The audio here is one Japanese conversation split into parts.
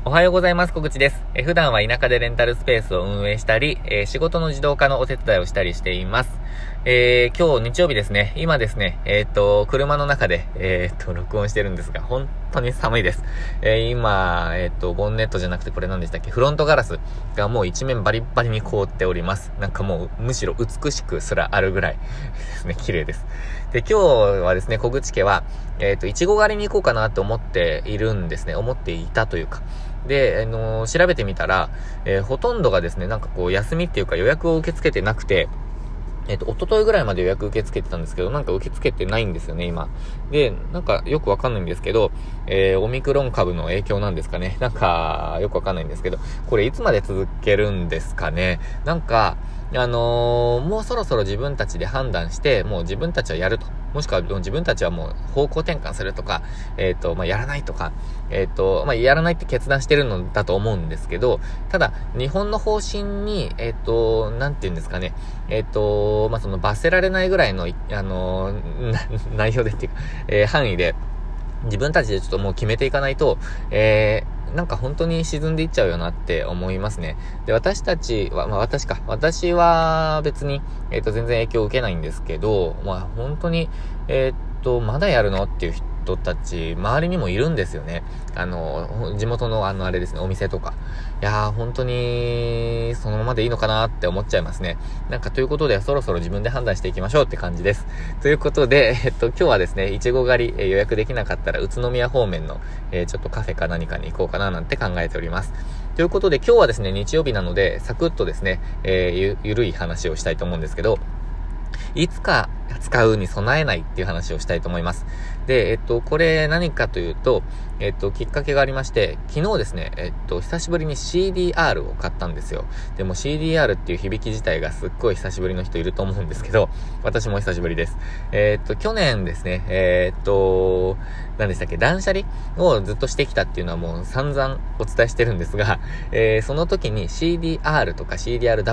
おはようございます。小口です。普段は田舎でレンタルスペースを運営したり、仕事の自動化のお手伝いをしたりしています。今日日曜日ですね。今ですね、車の中で、録音してるんですが、本当に寒いです。今、ボンネットじゃなくてこれ何でしたっけ？フロントガラスがもう一面バリッバリに凍っております。なんかもう、むしろ美しくすらあるぐらいですね、綺麗です。で、今日はですね、小口家は、いちご狩りに行こうかなと思っているんですね。思っていたというか。で、調べてみたら、ほとんどがですね、なんかこう、休みっていうか予約を受け付けてなくて、一昨日ぐらいまで予約受け付けてたんですけど、なんか受け付けてないんですよね、今。で、なんかよくわかんないんですけど、オミクロン株の影響なんですかね。なんか、よくわかんないんですけど、これいつまで続けるんですかね。なんか、もうそろそろ自分たちで判断して、もう自分たちはやると。もしくは自分たちはもう方向転換するとか、やらないとか、やらないって決断してるのだと思うんですけど、ただ、日本の方針に、なんて言うんですかね、その罰せられないぐらいの、内容でっていうか、範囲で、自分たちでちょっともう決めていかないと、なんか本当に沈んでいっちゃうよなって思いますね。で、私は別に、全然影響を受けないんですけど、本当に、まだやるのっていう人たち、周りにもいるんですよね。地元のあれですね、お店とか。いやー、本当に、そのままでいいのかなって思っちゃいますね。なんかということで、そろそろ自分で判断していきましょうって感じです。ということで、今日はですね、いちご狩り、予約できなかったら、宇都宮方面の、ちょっとカフェか何かに行こうかななんて考えております。ということで、今日はですね、日曜日なので、サクッとですね、ゆるい話をしたいと思うんですけど、いつか使うに備えないっていう話をしたいと思います。で、これ何かというと、きっかけがありまして、昨日ですね、久しぶりに CDR を買ったんですよ。でも CDR っていう響き自体がすっごい久しぶりの人いると思うんですけど、私も久しぶりです。去年ですね、何でしたっけ、断捨離をずっとしてきたっていうのはもう散々お伝えしてるんですが、その時に CDR とか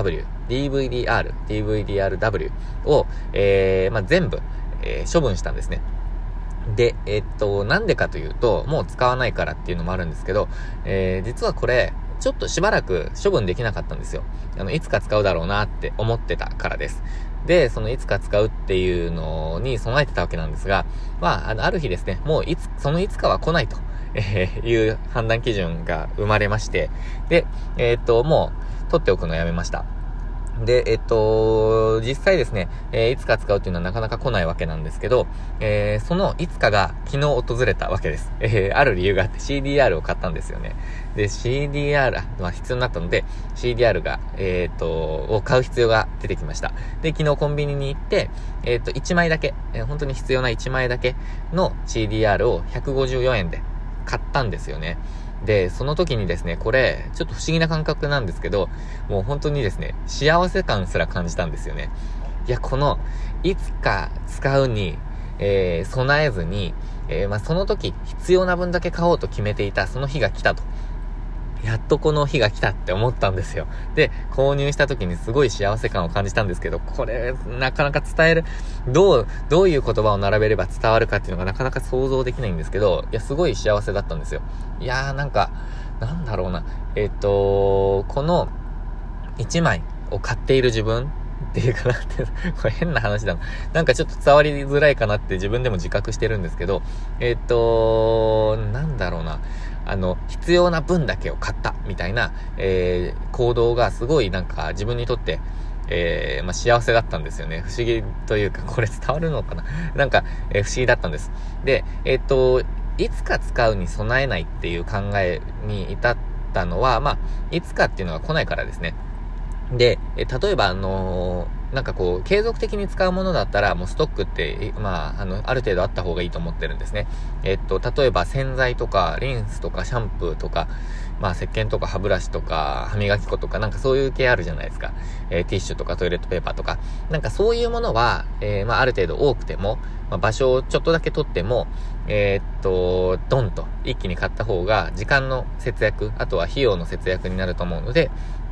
CDRW、DVDR、DVDRW を、全部、処分したんですね。で、なんでかというと、もう使わないからっていうのもあるんですけど、実はこれ、ちょっとしばらく処分できなかったんですよ。いつか使うだろうなって思ってたからです。で、そのいつか使うっていうのに備えてたわけなんですが、ある日ですね、もうそのいつかは来ないと、いう判断基準が生まれまして、で、もう取っておくのをやめました。で、実際ですね、いつか使うっていうのはなかなか来ないわけなんですけど、そのいつかが昨日訪れたわけです。ある理由があって CDR を買ったんですよね。で、CDR、必要になったので、CDR が、を買う必要が出てきました。で、昨日コンビニに行って、1枚だけ、本当に必要な1枚だけの CDR を154円で買ったんですよね。で、その時にですね、これ、ちょっと不思議な感覚なんですけど、もう本当にですね、幸せ感すら感じたんですよね。いや、いつか使うに、備えずに、その時、必要な分だけ買おうと決めていた、その日が来たと。やっとこの日が来たって思ったんですよ。で、購入した時にすごい幸せ感を感じたんですけど、これ、なかなか伝える、どういう言葉を並べれば伝わるかっていうのがなかなか想像できないんですけど、いや、すごい幸せだったんですよ。いやー、なんだろうな。この1枚を買っている自分っていうかなって、これ変な話だな。なんかちょっと伝わりづらいかなって自分でも自覚してるんですけど、なんだろうな。必要な分だけを買ったみたいな、行動がすごいなんか自分にとって、幸せだったんですよね。不思議というか、これ伝わるのかななんか、不思議だったんです。で、いつか使うに備えないっていう考えに至ったのは、いつかっていうのが来ないからですね。で、例えばなんかこう、継続的に使うものだったら、もうストックって、ある程度あった方がいいと思ってるんですね。例えば洗剤とか、リンスとか、シャンプーとか、石鹸とか歯ブラシとか、歯磨き粉とか、なんかそういう系あるじゃないですか。ティッシュとかトイレットペーパーとか。なんかそういうものは、ある程度多くても、場所をちょっとだけ取っても、ドンと一気に買った方が、時間の節約、あとは費用の節約になると思うので、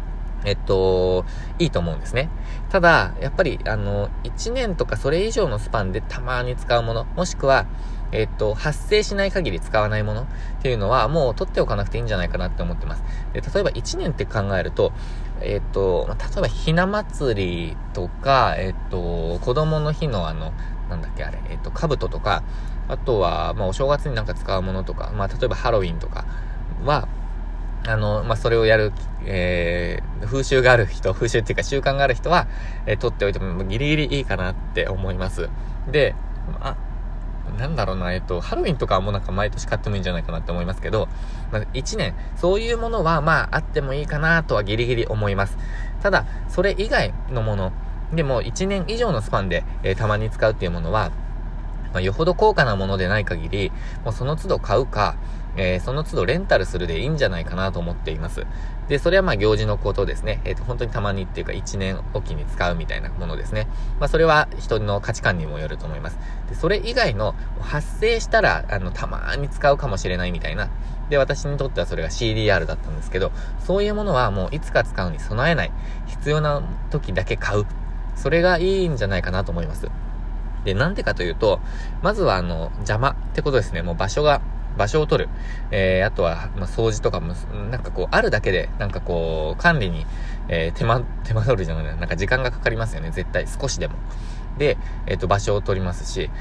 いいと思うんですね。ただ、やっぱり、1年とかそれ以上のスパンでたまに使うもの、もしくは、 発生しない限り使わないものっていうのはもう取っておかなくていいんじゃないかなって思ってます。で、例えば1年って考えると、例えばひな祭りとか、子供の日のなんだっけあれ、兜とか、あとは、お正月になんか使うものとか、例えばハロウィンとかは、それをやる、風習っていうか習慣がある人は、取っておいてもギリギリいいかなって思います。で、なんだろうな、ハロウィンとかはもうなんか毎年買ってもいいんじゃないかなって思いますけど、1年、そういうものはあってもいいかなとはギリギリ思います。ただ、それ以外のもの、でも1年以上のスパンで、たまに使うっていうものは、よほど高価なものでない限り、もうその都度買うか、その都度レンタルするでいいんじゃないかなと思っています。で、それは行事のことですね。本当にたまにっていうか1年おきに使うみたいなものですね。それは人の価値観にもよると思います。で、それ以外の発生したら、たまに使うかもしれないみたいな。で、私にとってはそれが CDR だったんですけど、そういうものはもういつか使うに備えない。必要な時だけ買う。それがいいんじゃないかなと思います。で、なんでかというと、まずは邪魔ってことですね。もう場所を取る。あとは、掃除とかも、あるだけで、管理に、手間取るじゃない、時間がかかりますよね。絶対、少しでも。で、場所を取りますし、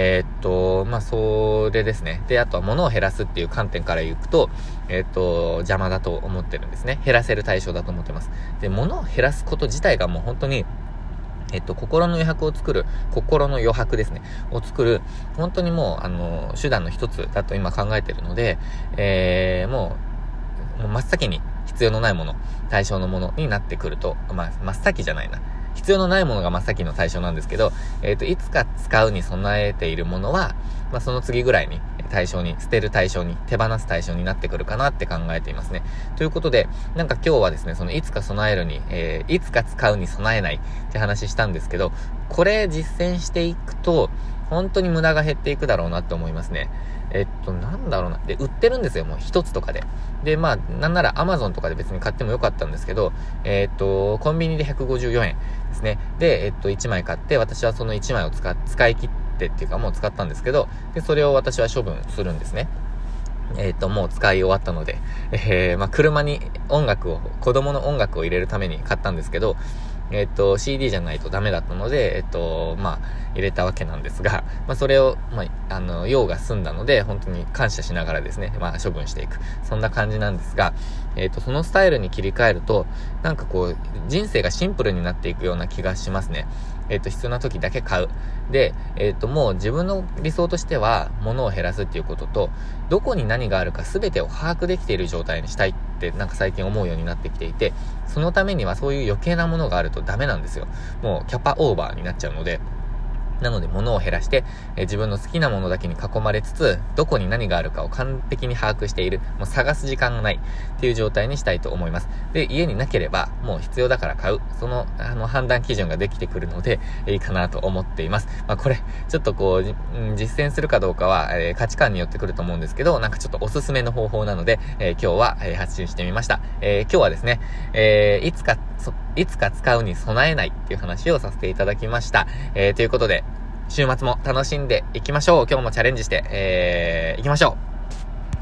それですね。で、あとは物を減らすっていう観点から言うと、邪魔だと思ってるんですね。減らせる対象だと思ってます。で、物を減らすこと自体がもう本当に、心の余白ですね。を作る、本当にもう、手段の一つだと今考えているので、もう真っ先に必要のないもの、対象のものになってくると、真っ先じゃないな。必要のないものが真っ先の対象なんですけど、いつか使うに備えているものは、その次ぐらいに捨てる対象に、手放す対象になってくるかなって考えていますね。ということで、今日はですね、そのいつか備えるに、いつか使うに備えないって話したんですけど、これ実践していくと、本当に無駄が減っていくだろうなって思いますね。なんだろうな。で、売ってるんですよ、もう一つとかで。で、なんなら Amazon とかで別に買ってもよかったんですけど、コンビニで154円ですね。で、1枚買って、私はその1枚を使い切ってっていうかもう使ったんですけど、で、それを私は処分するんですね。もう使い終わったので、車に子供の音楽を入れるために買ったんですけど、CD じゃないとダメだったので、入れたわけなんですが、それを、用が済んだので、本当に感謝しながらですね、処分していく。そんな感じなんですが、そのスタイルに切り替えると、人生がシンプルになっていくような気がしますね。必要な時だけ買う。で、もう自分の理想としては、物を減らすっていうことと、どこに何があるか全てを把握できている状態にしたいって、最近思うようになってきていて、そのためにはそういう余計なものがあるとダメなんですよ。もうキャパオーバーになっちゃうので、なので物を減らして、自分の好きなものだけに囲まれつつ、どこに何があるかを完璧に把握している。もう探す時間がないっていう状態にしたいと思います。で、家になければもう必要だから買う。その、判断基準ができてくるので、いいかなと思っています。これ、ちょっと実践するかどうかは、価値観によってくると思うんですけど、ちょっとおすすめの方法なので、今日は、発信してみました。今日はですね、いつか使うに備えないっていう話をさせていただきました。ということで、週末も楽しんでいきましょう。今日もチャレンジして、いきましょう。